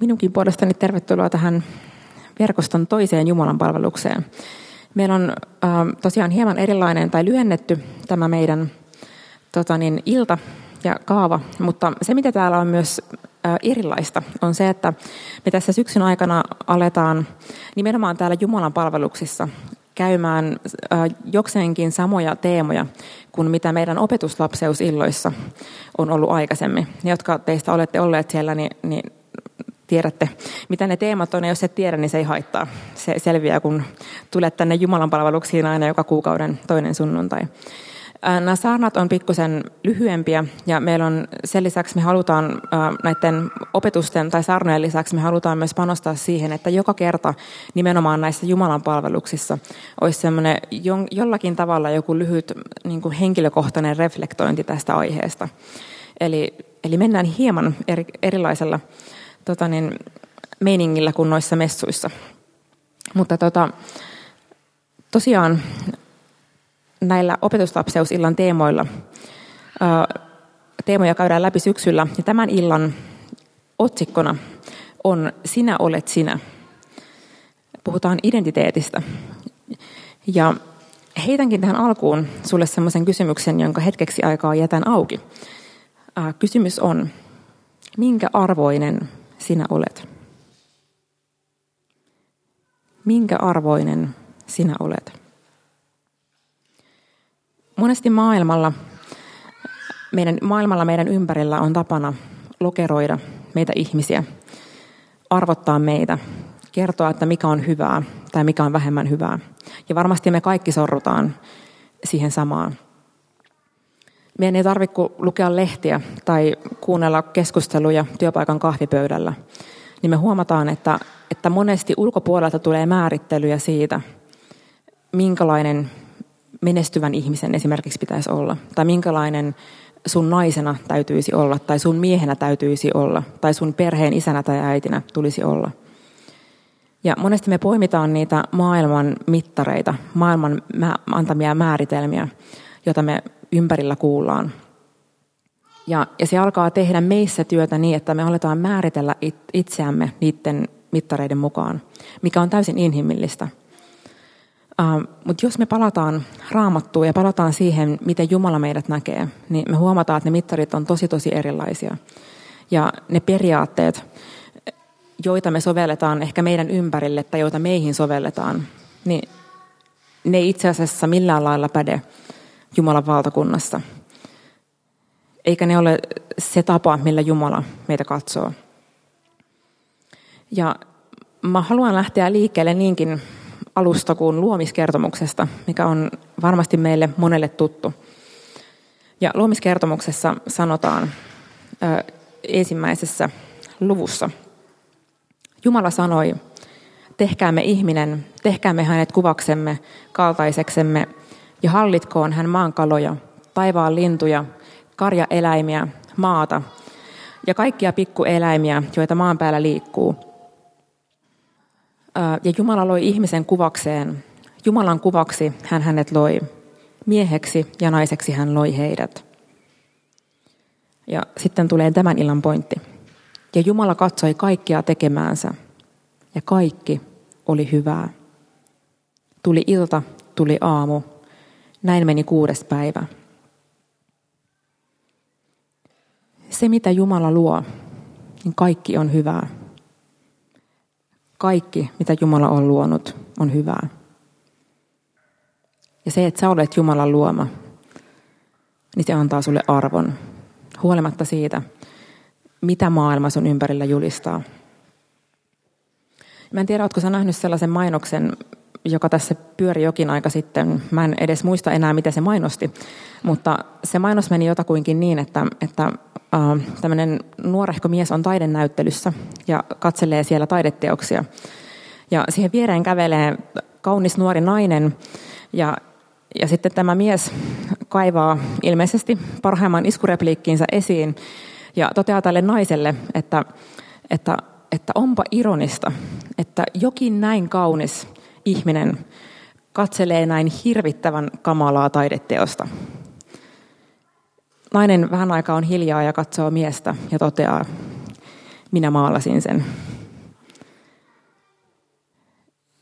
minunkin puolestani tervetuloa tähän verkoston toiseen Jumalan palvelukseen. Meillä on tosiaan hieman erilainen tai lyhennetty tämä meidän ilta ja kaava, mutta se mitä täällä on myös erilaista on se, että me tässä syksyn aikana aletaan nimenomaan täällä Jumalan palveluksissa käymään jokseenkin samoja teemoja kuin mitä meidän opetuslapseusilloissa on ollut aikaisemmin. Ne, jotka teistä olette olleet siellä, niin tiedätte, mitä ne teemat on, ja jos et tiedä, niin se ei haittaa. Se selviää, kun tulet tänne Jumalan palveluksiin aina joka kuukauden toinen sunnuntai. Nämä saarnat on pikkusen lyhyempiä, ja meillä on sen lisäksi me halutaan näiden opetusten tai saarnojen lisäksi me halutaan myös panostaa siihen, että joka kerta nimenomaan näissä Jumalan palveluksissa olisi semmoinen jollakin tavalla joku lyhyt niin kuin henkilökohtainen reflektointi tästä aiheesta. Eli mennään hieman erilaisella meiningillä kuin noissa messuissa. Mutta tosiaan näillä opetuslapseusillan teemoja käydään läpi syksyllä. Ja tämän illan otsikkona on Sinä olet sinä. Puhutaan identiteetistä. Ja heitänkin tähän alkuun sulle semmoisen kysymyksen, jonka hetkeksi aikaa jätän auki. Kysymys on, minkä arvoinen sinä olet? Minkä arvoinen sinä olet? Monesti maailmalla meidän ympärillä on tapana lokeroida meitä ihmisiä, arvottaa meitä, kertoa, että mikä on hyvää tai mikä on vähemmän hyvää. Ja varmasti me kaikki sorrutaan siihen samaan. Meidän ei tarvitse lukea lehtiä tai kuunnella keskusteluja työpaikan kahvipöydällä, niin me huomataan, että monesti ulkopuolelta tulee määrittelyjä siitä, minkälainen menestyvän ihmisen esimerkiksi pitäisi olla, tai minkälainen sun naisena täytyisi olla, tai sun miehenä täytyisi olla, tai sun perheen isänä tai äitinä tulisi olla. Ja monesti me poimitaan niitä maailman mittareita, maailman antamia määritelmiä, joita me ympärillä kuullaan. Ja se alkaa tehdä meissä työtä niin, että me aletaan määritellä itseämme niiden mittareiden mukaan, mikä on täysin inhimillistä. Mutta jos me palataan Raamattuun ja palataan siihen, miten Jumala meidät näkee, niin me huomataan, että ne mittarit on tosi erilaisia. Ja ne periaatteet, joita me sovelletaan ehkä meidän ympärille tai joita meihin sovelletaan, niin ne ei itse asiassa millään lailla päde Jumalan valtakunnassa. Eikä ne ole se tapa, millä Jumala meitä katsoo. Ja mä haluan lähteä liikkeelle niinkin alusta kuin luomiskertomuksesta, mikä on varmasti meille monelle tuttu. Ja luomiskertomuksessa sanotaan ensimmäisessä luvussa. Jumala sanoi, tehkäämme ihminen, tehkäämme hänet kuvaksemme, kaltaiseksemme, ja hallitkoon hän maan kaloja, taivaan lintuja, karjaeläimiä, maata ja kaikkia pikkueläimiä, joita maan päällä liikkuu. Ja Jumala loi ihmisen kuvakseen. Jumalan kuvaksi hän hänet loi. Mieheksi ja naiseksi hän loi heidät. Ja sitten tulee tämän illan pointti. Ja Jumala katsoi kaikkia tekemäänsä. Ja kaikki oli hyvää. Tuli ilta, tuli aamu. Näin meni 6. päivä. Se, mitä Jumala luo, niin kaikki on hyvää. Kaikki, mitä Jumala on luonut, on hyvää. Ja se, että sä olet Jumalan luoma, niin se antaa sulle arvon, huolimatta siitä, mitä maailma sun ympärillä julistaa. Mä en tiedä, ootko sä nähnyt sellaisen mainoksen, joka tässä pyöri jokin aika sitten. Mä en edes muista enää, mitä se mainosti, mutta se mainos meni jotakuinkin niin, että tämmöinen nuorehko mies on taidenäyttelyssä ja katselee siellä taideteoksia. Ja siihen viereen kävelee kaunis nuori nainen ja sitten tämä mies kaivaa ilmeisesti parhaimman iskurepliikkiinsä esiin ja toteaa tälle naiselle, että onpa ironista, että jokin näin kaunis ihminen katselee näin hirvittävän kamalaa taideteosta. Nainen vähän aikaa on hiljaa ja katsoo miestä ja toteaa, minä maalasin sen.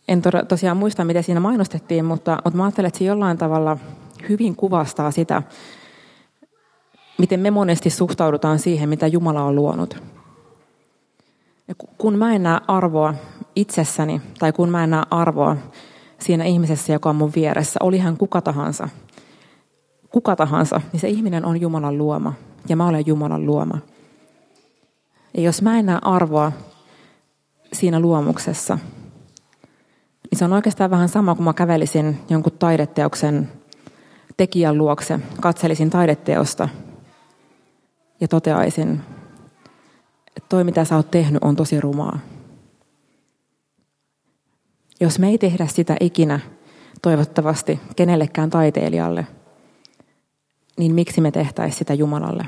En tosiaan muista, miten siinä mainostettiin, mutta mä ajattelen, että se jollain tavalla hyvin kuvastaa sitä, miten me monesti suhtaudutaan siihen, mitä Jumala on luonut. Ja kun mä en näe arvoa itsessäni, tai kun mä en näe arvoa siinä ihmisessä, joka on mun vieressä, oli hän kuka tahansa, niin se ihminen on Jumalan luoma, ja mä olen Jumalan luoma. Ja jos mä en näe arvoa siinä luomuksessa, niin se on oikeastaan vähän sama, kun mä kävelisin jonkun taideteoksen tekijän luokse, katselisin taideteosta ja toteaisin, että toi mitä sä oot tehnyt on tosi rumaa. Jos me ei tehdä sitä ikinä toivottavasti kenellekään taiteilijalle, niin miksi me tehtäisiin sitä Jumalalle?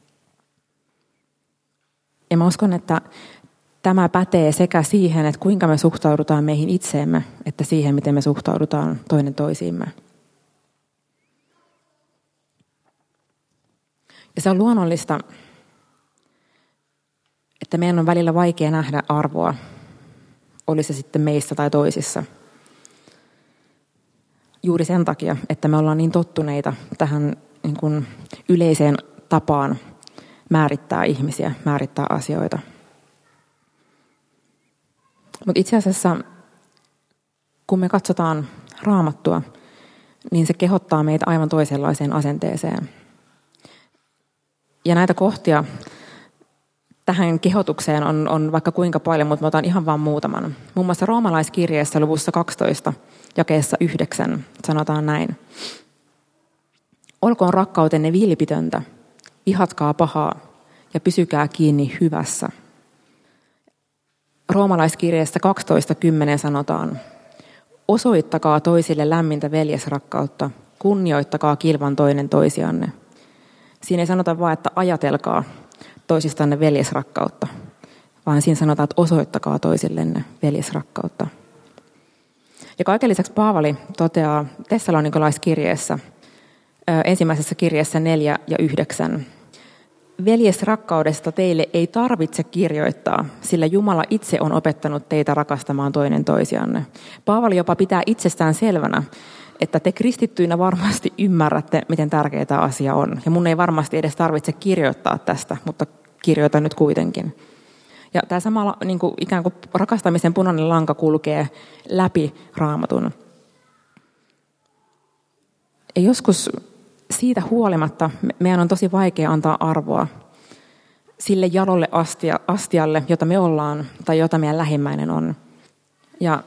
Ja mä uskon, että tämä pätee sekä siihen, että kuinka me suhtaudutaan meihin itseemme, että siihen, miten me suhtaudutaan toinen toisiimme. Ja se on luonnollista, että meidän on välillä vaikea nähdä arvoa, oli se sitten meissä tai toisissa. Juuri sen takia, että me ollaan niin tottuneita tähän niin kuin yleiseen tapaan määrittää ihmisiä, määrittää asioita. Mutta itse asiassa, kun me katsotaan Raamattua, niin se kehottaa meitä aivan toisenlaiseen asenteeseen. Ja näitä kohtia tähän kehotukseen on vaikka kuinka paljon, mutta mä otan ihan vain muutaman. Muun muassa roomalaiskirjeessä luvussa 12, jakeessa 9 sanotaan näin. Olkoon rakkautenne vilpitöntä, vihatkaa pahaa ja pysykää kiinni hyvässä. Roomalaiskirjeessä 12.10 sanotaan, osoittakaa toisille lämmintä veljesrakkautta, kunnioittakaa kilvan toinen toisianne. Siinä ei sanota vain, että ajatelkaa toisistanne veljesrakkautta, vaan siinä sanotaan, että osoittakaa toisillenne veljesrakkautta. Ja kaiken lisäksi Paavali toteaa Tessalonikalaiskirjeessä, ensimmäisessä kirjeessä 4 ja 9, veljesrakkaudesta teille ei tarvitse kirjoittaa, sillä Jumala itse on opettanut teitä rakastamaan toinen toisianne. Paavali jopa pitää itsestään selvänä, että te kristittyinä varmasti ymmärrätte, miten tärkeä tämä asia on. Ja mun ei varmasti edes tarvitse kirjoittaa tästä, mutta kirjoitan nyt kuitenkin. Ja tämä samalla niin kuin ikään kuin rakastamisen punainen lanka kulkee läpi Raamatun. Ja joskus siitä huolimatta meidän on tosi vaikea antaa arvoa sille jalolle astialle, jota me ollaan tai jota meidän lähimmäinen on. Ja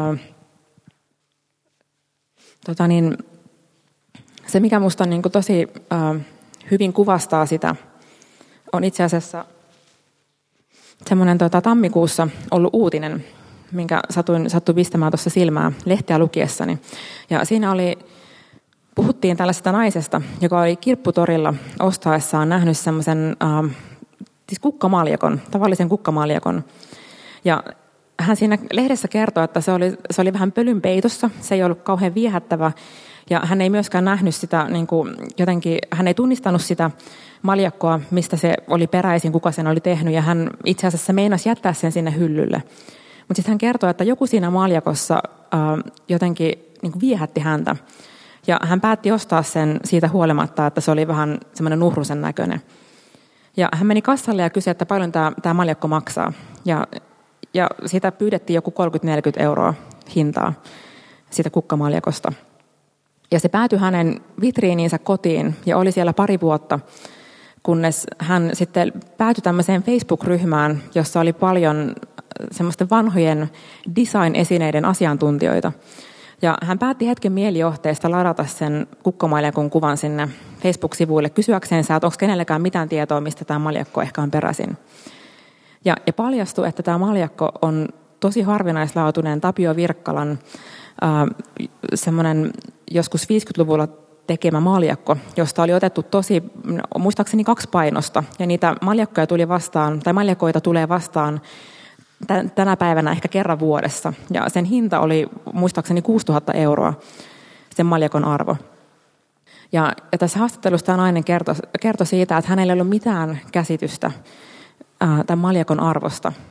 se, mikä minusta on niin kuin tosi hyvin kuvastaa sitä, on itse asiassa semmoinen tammikuussa ollut uutinen, minkä satuin pistämään tuossa silmää lehteä lukiessani. Ja siinä puhuttiin tällaisesta naisesta, joka oli kirpputorilla ostaessaan nähnyt semmoisen siis kukkamaljakon, tavallisen kukkamaljakon. Ja hän siinä lehdessä kertoi, että se oli vähän pölyn peitossa, se ei ollut kauhean viehättävä. Ja hän ei myöskään nähnyt sitä, niin kuin jotenkin, hän ei tunnistanut sitä maljakkoa, mistä se oli peräisin, kuka sen oli tehnyt. Ja hän itse asiassa meinasi jättää sen sinne hyllylle. Mutta sitten hän kertoi, että joku siinä maljakossa jotenkin niin kuin viehätti häntä. Ja hän päätti ostaa sen siitä huolimatta, että se oli vähän semmoinen uhrusen näköinen. Ja hän meni kassalle ja kysyi, että paljon tämä maljakko maksaa. Ja siitä pyydettiin joku 30-40 euroa hintaa siitä kukkamaljakosta. Ja se päätyi hänen vitriiniinsä kotiin ja oli siellä pari vuotta, kunnes hän sitten päätyi tämmöiseen Facebook-ryhmään, jossa oli paljon semmoisten vanhojen design-esineiden asiantuntijoita. Ja hän päätti hetken mielijohteesta ladata sen kukkamaljakon kuvan sinne Facebook-sivuille kysyäkseen, että onko kenelläkään mitään tietoa, mistä tämä maljakko ehkä on peräisin. Ja paljastui, että tämä maljakko on tosi harvinaislaatuinen Tapio Virkkalan semmoinen joskus 50-luvulla tekemä maljakko, josta oli otettu muistaakseni 2 painosta. Ja niitä maljakoita tulee vastaan tänä päivänä ehkä kerran vuodessa. Ja sen hinta oli muistaakseni 6 000 euroa, sen maljakon arvo. Ja tässä haastattelussa tämä nainen kertoi siitä, että hänellä ei ollut mitään käsitystä tämän maljakon arvosta,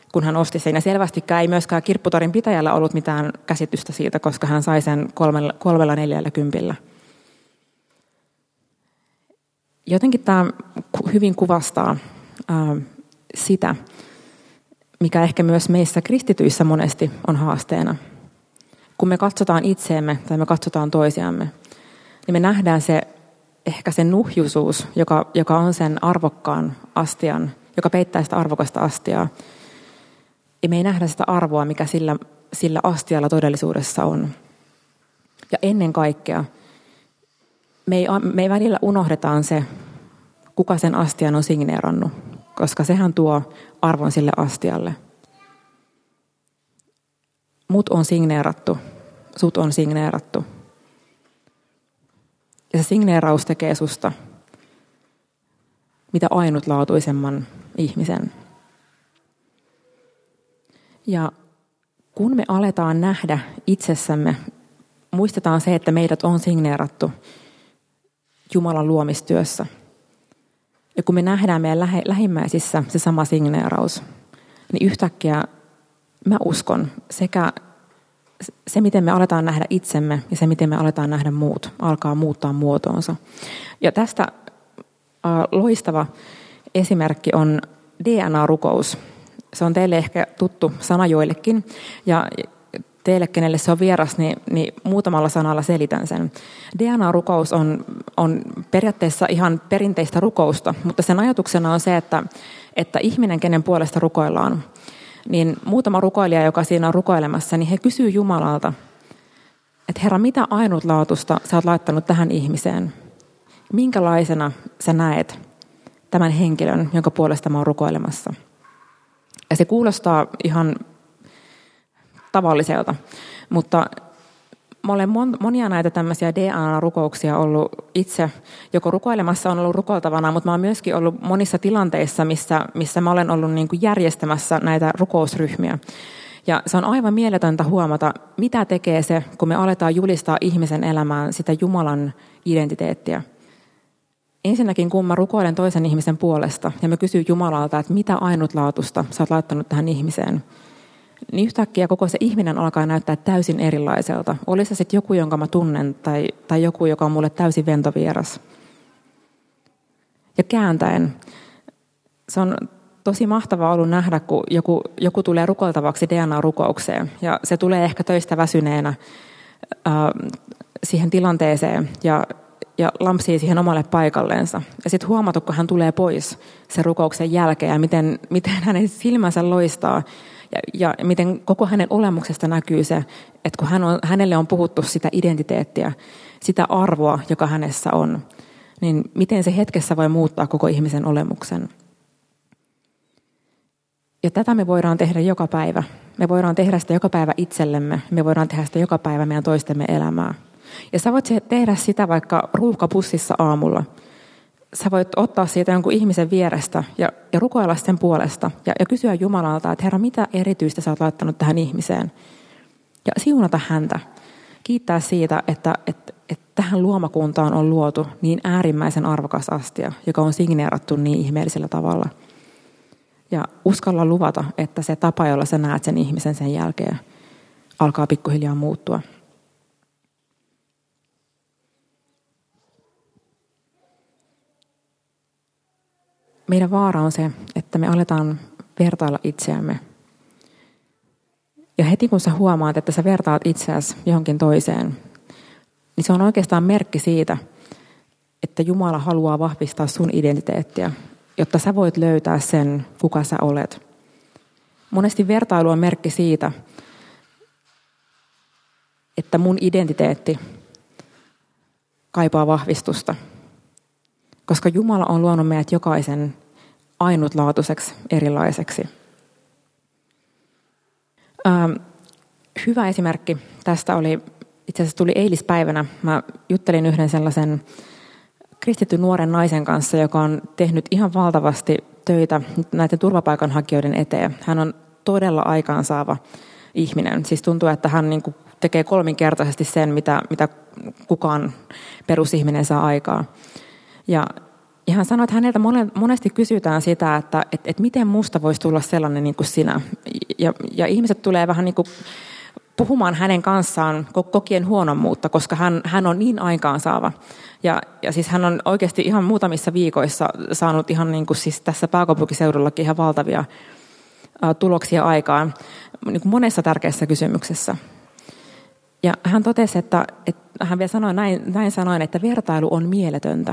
kun hän osti sen. Ja selvästikään ei myöskään kirpputorin pitäjällä ollut mitään käsitystä siitä, koska hän sai sen 340. Jotenkin tämä hyvin kuvastaa sitä, mikä ehkä myös meissä kristityissä monesti on haasteena. Kun me katsotaan itseemme tai me katsotaan toisiamme, niin me nähdään ehkä se nuhjuisuus, joka on sen arvokkaan astian, joka peittää sitä arvokasta astiaa. Ja me ei nähdä sitä arvoa, mikä sillä astialla todellisuudessa on. Ja ennen kaikkea me ei välillä unohdetaan se, kuka sen astian on signeerannut, koska sehän tuo arvon sille astialle. Mut on signeerattu, sut on signeerattu. Ja se signeeraus tekee susta mitä ainutlaatuisemman ihmisen. Ja kun me aletaan nähdä itsessämme, muistetaan se, että meidät on signeerattu Jumalan luomistyössä. Ja kun me nähdään meidän lähimmäisissä se sama signeeraus, niin yhtäkkiä mä uskon sekä se, miten me aletaan nähdä itsemme ja se, miten me aletaan nähdä muut, alkaa muuttaa muotoonsa. Ja tästä loistava esimerkki on DNA-rukous. Se on teille ehkä tuttu sana joillekin, ja teille, kenelle se on vieras, niin muutamalla sanalla selitän sen. DNA-rukous on periaatteessa ihan perinteistä rukousta, mutta sen ajatuksena on se, että ihminen, kenen puolesta rukoillaan, niin muutama rukoilija, joka siinä on rukoilemassa, niin he kysyy Jumalalta, että Herra, mitä ainutlaatuista sä oot laittanut tähän ihmiseen? Minkälaisena sä näet tämän henkilön, jonka puolesta mä oon rukoilemassa? Ja se kuulostaa ihan tavalliselta, mutta mä olen monia näitä tämmöisiä DNA-rukouksia ollut itse, joko rukoilemassa on ollut rukoiltavana, mutta mä oon myöskin ollut monissa tilanteissa, missä mä olen ollut niin kuin järjestämässä näitä rukousryhmiä. Ja se on aivan mieletöntä huomata, mitä tekee se, kun me aletaan julistaa ihmisen elämään sitä Jumalan identiteettiä. Ensinnäkin, kun mä rukoilen toisen ihmisen puolesta ja mä kysyn Jumalalta, että mitä ainutlaatusta sä oot laittanut tähän ihmiseen, niin yhtäkkiä koko se ihminen alkaa näyttää täysin erilaiselta. Oli se sitten joku, jonka mä tunnen, tai joku, joka on mulle täysin ventovieras. Ja kääntäen, se on tosi mahtavaa ollut nähdä, kun joku tulee rukoiltavaksi DNA-rukoukseen, ja se tulee ehkä töistä väsyneenä siihen tilanteeseen, ja lampsii siihen omalle paikalleensa. Ja sitten huomata, kun hän tulee pois sen rukouksen jälkeen, ja miten hänen silmänsä loistaa, ja miten koko hänen olemuksesta näkyy se, että kun hänelle on puhuttu sitä identiteettiä, sitä arvoa, joka hänessä on, niin miten se hetkessä voi muuttaa koko ihmisen olemuksen. Ja tätä me voidaan tehdä joka päivä. Me voidaan tehdä sitä joka päivä itsellemme. Me voidaan tehdä sitä joka päivä meidän toistemme elämää. Ja sä voit tehdä sitä vaikka ruuhkapussissa aamulla. Sä voit ottaa siitä jonkun ihmisen vierestä ja rukoilla sen puolesta ja kysyä Jumalalta, että Herra, mitä erityistä sä oot laittanut tähän ihmiseen? Ja siunata häntä. Kiittää siitä, että tähän luomakuntaan on luotu niin äärimmäisen arvokas astia, joka on signeerattu niin ihmeellisellä tavalla. Ja uskalla luvata, että se tapa, jolla sä näet sen ihmisen sen jälkeen, alkaa pikkuhiljaa muuttua. Meidän vaara on se, että me aletaan vertailla itseämme. Ja heti kun sä huomaat, että sä vertaat itseäsi johonkin toiseen, niin se on oikeastaan merkki siitä, että Jumala haluaa vahvistaa sun identiteettiä, jotta sä voit löytää sen, kuka sä olet. Monesti vertailu on merkki siitä, että mun identiteetti kaipaa vahvistusta. Koska Jumala on luonut meidät jokaisen ainutlaatuiseksi, erilaiseksi. Hyvä esimerkki tästä itse asiassa tuli eilispäivänä. Mä juttelin yhden sellaisen kristityn nuoren naisen kanssa, joka on tehnyt ihan valtavasti töitä näiden turvapaikanhakijoiden eteen. Hän on todella aikaansaava ihminen. Siis tuntuu, että hän niin kuin tekee kolminkertaisesti sen, mitä kukaan perusihminen saa aikaa. Ja Ja hän sanoi, että häneltä monesti kysytään sitä, että miten musta voisi tulla sellainen niin kuin sinä. Ja ihmiset tulee vähän niin kuin puhumaan hänen kanssaan kokien huonommuutta, koska hän on niin aikaansaava. Ja siis hän on oikeasti ihan muutamissa viikoissa saanut ihan niin kuin siis tässä pääkaupunkiseudullakin ihan valtavia tuloksia aikaan niin kuin monessa tärkeässä kysymyksessä. Ja hän totesi, että hän vielä sanoi näin sanoen, että vertailu on mieletöntä,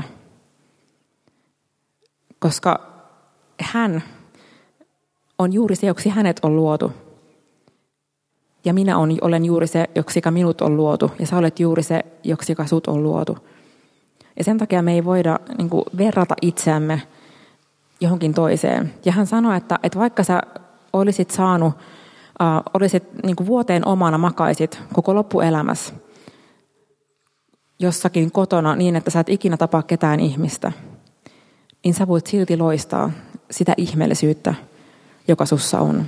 koska hän on juuri se, joksi hänet on luotu. Ja minä olen juuri se, joksi minut on luotu. Ja sä olet juuri se, joksi sut on luotu. Ja sen takia me ei voida niin kuin verrata itseämme johonkin toiseen. Ja hän sanoi, että vaikka sä olisit saanut, olisit niin kuin vuoteen omana makaisit koko loppuelämässä jossakin kotona niin, että sä et ikinä tapaa ketään ihmistä, niin sä voit silti loistaa sitä ihmeellisyyttä, joka sussa on.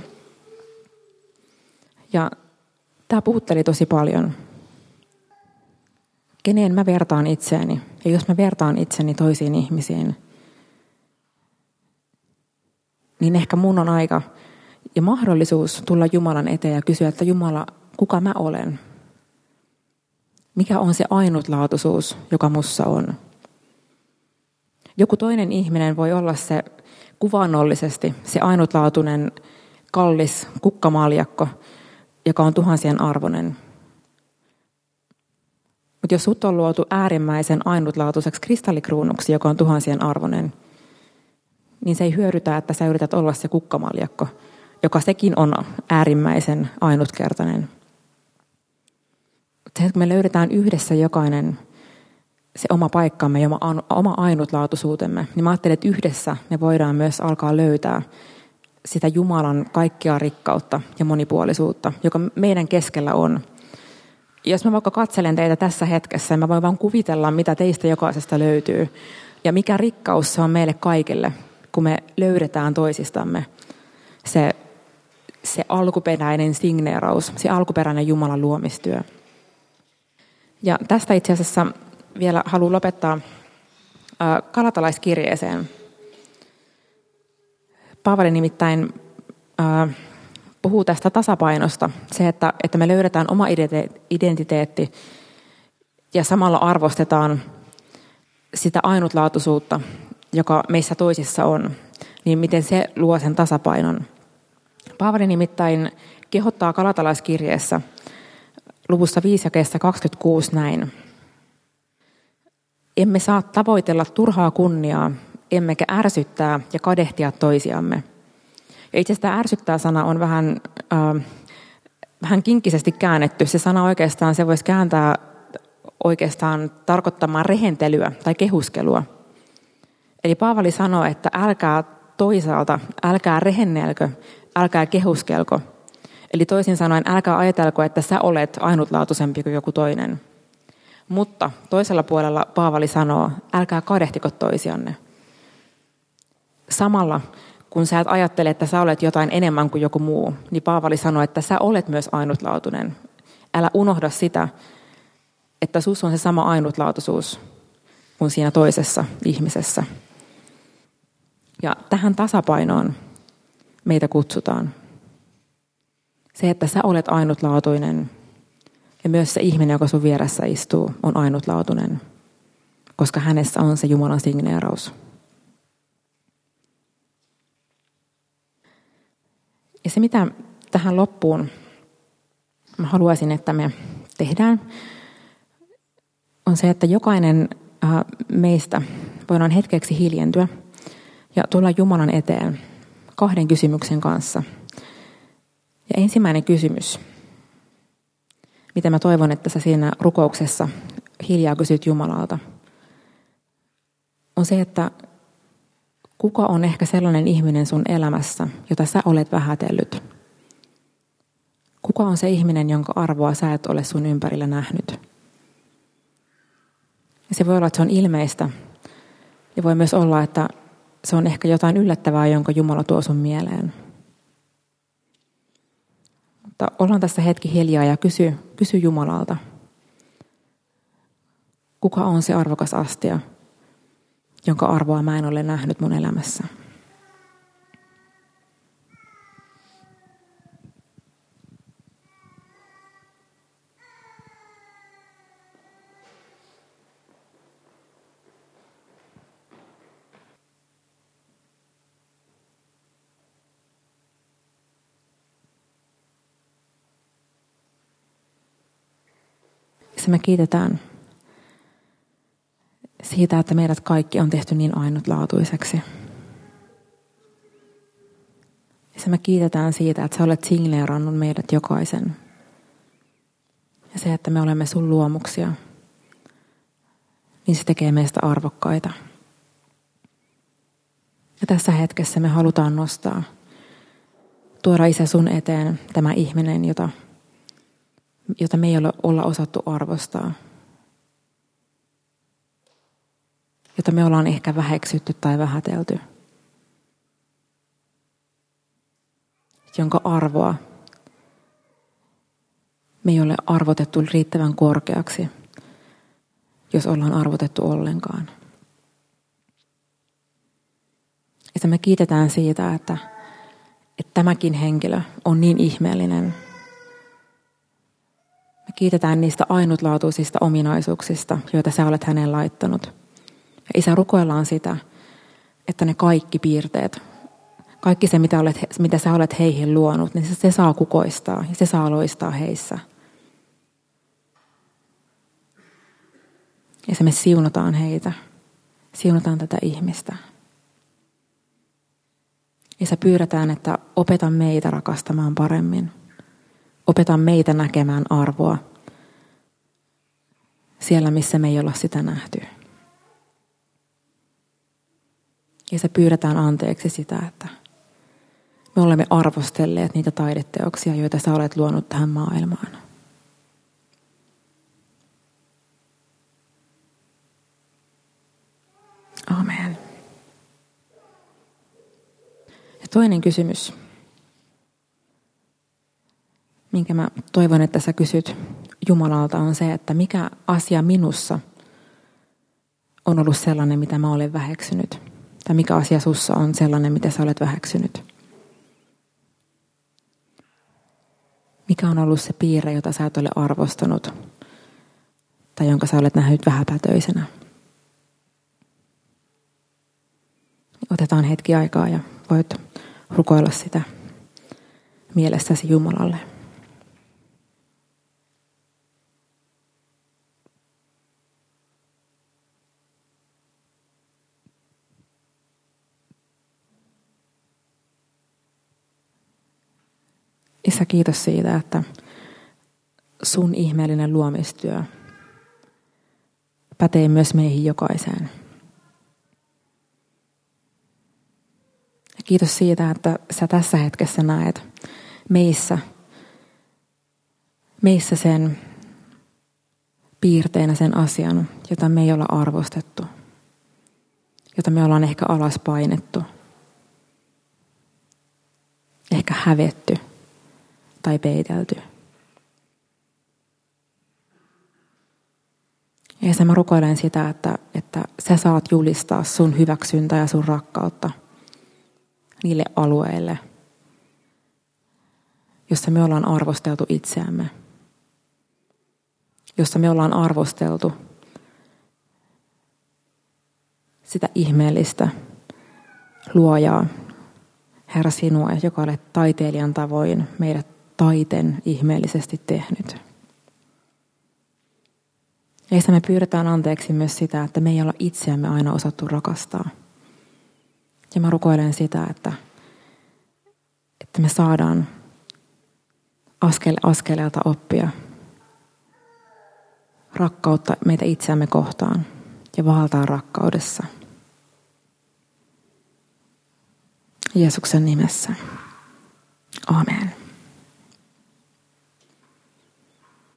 Ja tämä puhutteli tosi paljon. Keneen mä vertaan itseäni? Ja jos mä vertaan itseni toisiin ihmisiin, niin ehkä mun on aika ja mahdollisuus tulla Jumalan eteen ja kysyä, että Jumala, kuka mä olen? Mikä on se ainutlaatuisuus, joka mussa on? Joku toinen ihminen voi olla se kuvaannollisesti, se ainutlaatuinen, kallis kukkamaljakko, joka on tuhansien arvoinen. Mutta jos sut on luotu äärimmäisen ainutlaatuiseksi kristallikruunuksi, joka on tuhansien arvoinen, niin se ei hyödytä, että sä yrität olla se kukkamaljakko, joka sekin on äärimmäisen ainutkertainen. Se, että me löydetään yhdessä jokainen se oma paikkamme ja oma ainutlaatuisuutemme, niin mä ajattelen, että yhdessä me voidaan myös alkaa löytää sitä Jumalan kaikkea rikkautta ja monipuolisuutta, joka meidän keskellä on. Jos mä vaikka katselen teitä tässä hetkessä, mä voin vaan kuvitella, mitä teistä jokaisesta löytyy ja mikä rikkaus se on meille kaikille, kun me löydetään toisistamme se alkuperäinen signeeraus, se alkuperäinen Jumalan luomistyö. Ja tästä itse asiassa vielä haluan lopettaa Galatalaiskirjeeseen. Paavali nimittäin puhuu tästä tasapainosta, se, että me löydetään oma identiteetti ja samalla arvostetaan sitä ainutlaatuisuutta, joka meissä toisissa on, niin miten se luo sen tasapainon. Paavali nimittäin kehottaa Galatalaiskirjeessä luvussa 5 jakeessa 26 näin. Emme saa tavoitella turhaa kunniaa, emmekä ärsyttää ja kadehtia toisiamme. Ja itse asiassa tämä ärsyttää sana on vähän kinkkisesti käännetty. Se sana oikeastaan, se voisi kääntää oikeastaan tarkoittamaan rehentelyä tai kehuskelua. Eli Paavali sanoo, että älkää toisaalta, älkää rehennelkö, älkää kehuskelko. Eli toisin sanoen, älkää ajatelko, että sä olet ainutlaatuisempi kuin joku toinen. Mutta toisella puolella Paavali sanoo, älkää kadehtiko toisianne. Samalla, kun sä et ajattele, että sä olet jotain enemmän kuin joku muu, niin Paavali sanoo, että sä olet myös ainutlaatuinen. Älä unohda sitä, että sus on se sama ainutlaatuisuus kuin siinä toisessa ihmisessä. Ja tähän tasapainoon meitä kutsutaan. Se, että sä olet ainutlaatuinen ja myös se ihminen, joka sun vieressä istuu, on ainutlaatuinen, koska hänessä on se Jumalan signeeraus. Ja se, mitä tähän loppuun mä haluaisin, että me tehdään, on se, että jokainen meistä voidaan hetkeksi hiljentyä ja tulla Jumalan eteen 2 kysymyksen kanssa. Ja ensimmäinen kysymys, mitä mä toivon, että sä siinä rukouksessa hiljaa kysyt Jumalalta, on se, että kuka on ehkä sellainen ihminen sun elämässä, jota sä olet vähätellyt? Kuka on se ihminen, jonka arvoa sä et ole sun ympärillä nähnyt? Ja se voi olla, että se on ilmeistä. Ja voi myös olla, että se on ehkä jotain yllättävää, jonka Jumala tuo sun mieleen. Mutta ollaan tässä hetki hiljaa ja kysy Jumalalta. Kuka on se arvokas astia, jonka arvoa mä en ole nähnyt mun elämässä. Me kiitetään siitä, että meidät kaikki on tehty niin ainutlaatuiseksi. Ja me kiitetään siitä, että sä olet signeerannut meidät jokaisen. Ja se, että me olemme sun luomuksia, niin se tekee meistä arvokkaita. Ja tässä hetkessä me halutaan tuoda Isä sun eteen tämä ihminen, jota me ei olla osattu arvostaa. Jota me ollaan ehkä väheksytty tai vähätelty. Jonka arvoa me ei ole arvotettu riittävän korkeaksi, jos ollaan arvotettu ollenkaan. Ja me kiitetään siitä, että tämäkin henkilö on niin ihmeellinen. Me kiitetään niistä ainutlaatuisista ominaisuuksista, joita sä olet häneen laittanut. Ja Isä, rukoillaan sitä, että ne kaikki piirteet, kaikki se, mitä sä olet heihin luonut, niin se saa kukoistaa ja se saa loistaa heissä. Ja se me siunataan heitä, siunataan tätä ihmistä. Isä, pyydetään, että opeta meitä rakastamaan paremmin. Opeta meitä näkemään arvoa siellä, missä me ei olla sitä nähty. Ja se pyydetään anteeksi sitä, että me olemme arvostelleet niitä taideteoksia, joita sä olet luonut tähän maailmaan. Amen. Ja toinen kysymys, minkä mä toivon, että sä kysyt Jumalalta, on se, että mikä asia minussa on ollut sellainen, mitä mä olen väheksynyt. Tai mikä asia sussa on sellainen, mitä sä olet väheksynyt. Mikä on ollut se piirre, jota sä et ole arvostanut. Tai jonka sä olet nähnyt vähäpätöisenä. Otetaan hetki aikaa ja voit rukoilla sitä mielessäsi Jumalalle. Isä, kiitos siitä, että sun ihmeellinen luomistyö pätee myös meihin jokaiseen. Ja kiitos siitä, että sä tässä hetkessä näet meissä sen piirteinä sen asian, jota me ei olla arvostettu, jota me ollaan ehkä alas painettu, ehkä hävetty tai peitelty. Ja mä rukoilen sitä, että sä saat julistaa sun hyväksyntää ja sun rakkautta niille alueille, jossa me ollaan arvosteltu itseämme. Jossa me ollaan arvosteltu sitä ihmeellistä luojaa, Herra, sinua, joka olet taiteilijan tavoin meidät taiteen ihmeellisesti tehnyt. Ja me pyydetään anteeksi myös sitä, että me ei olla itseämme aina osattu rakastaa. Ja mä rukoilen sitä, että me saadaan askel askeleelta oppia rakkautta meitä itseämme kohtaan ja vaeltaa rakkaudessa. Jeesuksen nimessä. Amen.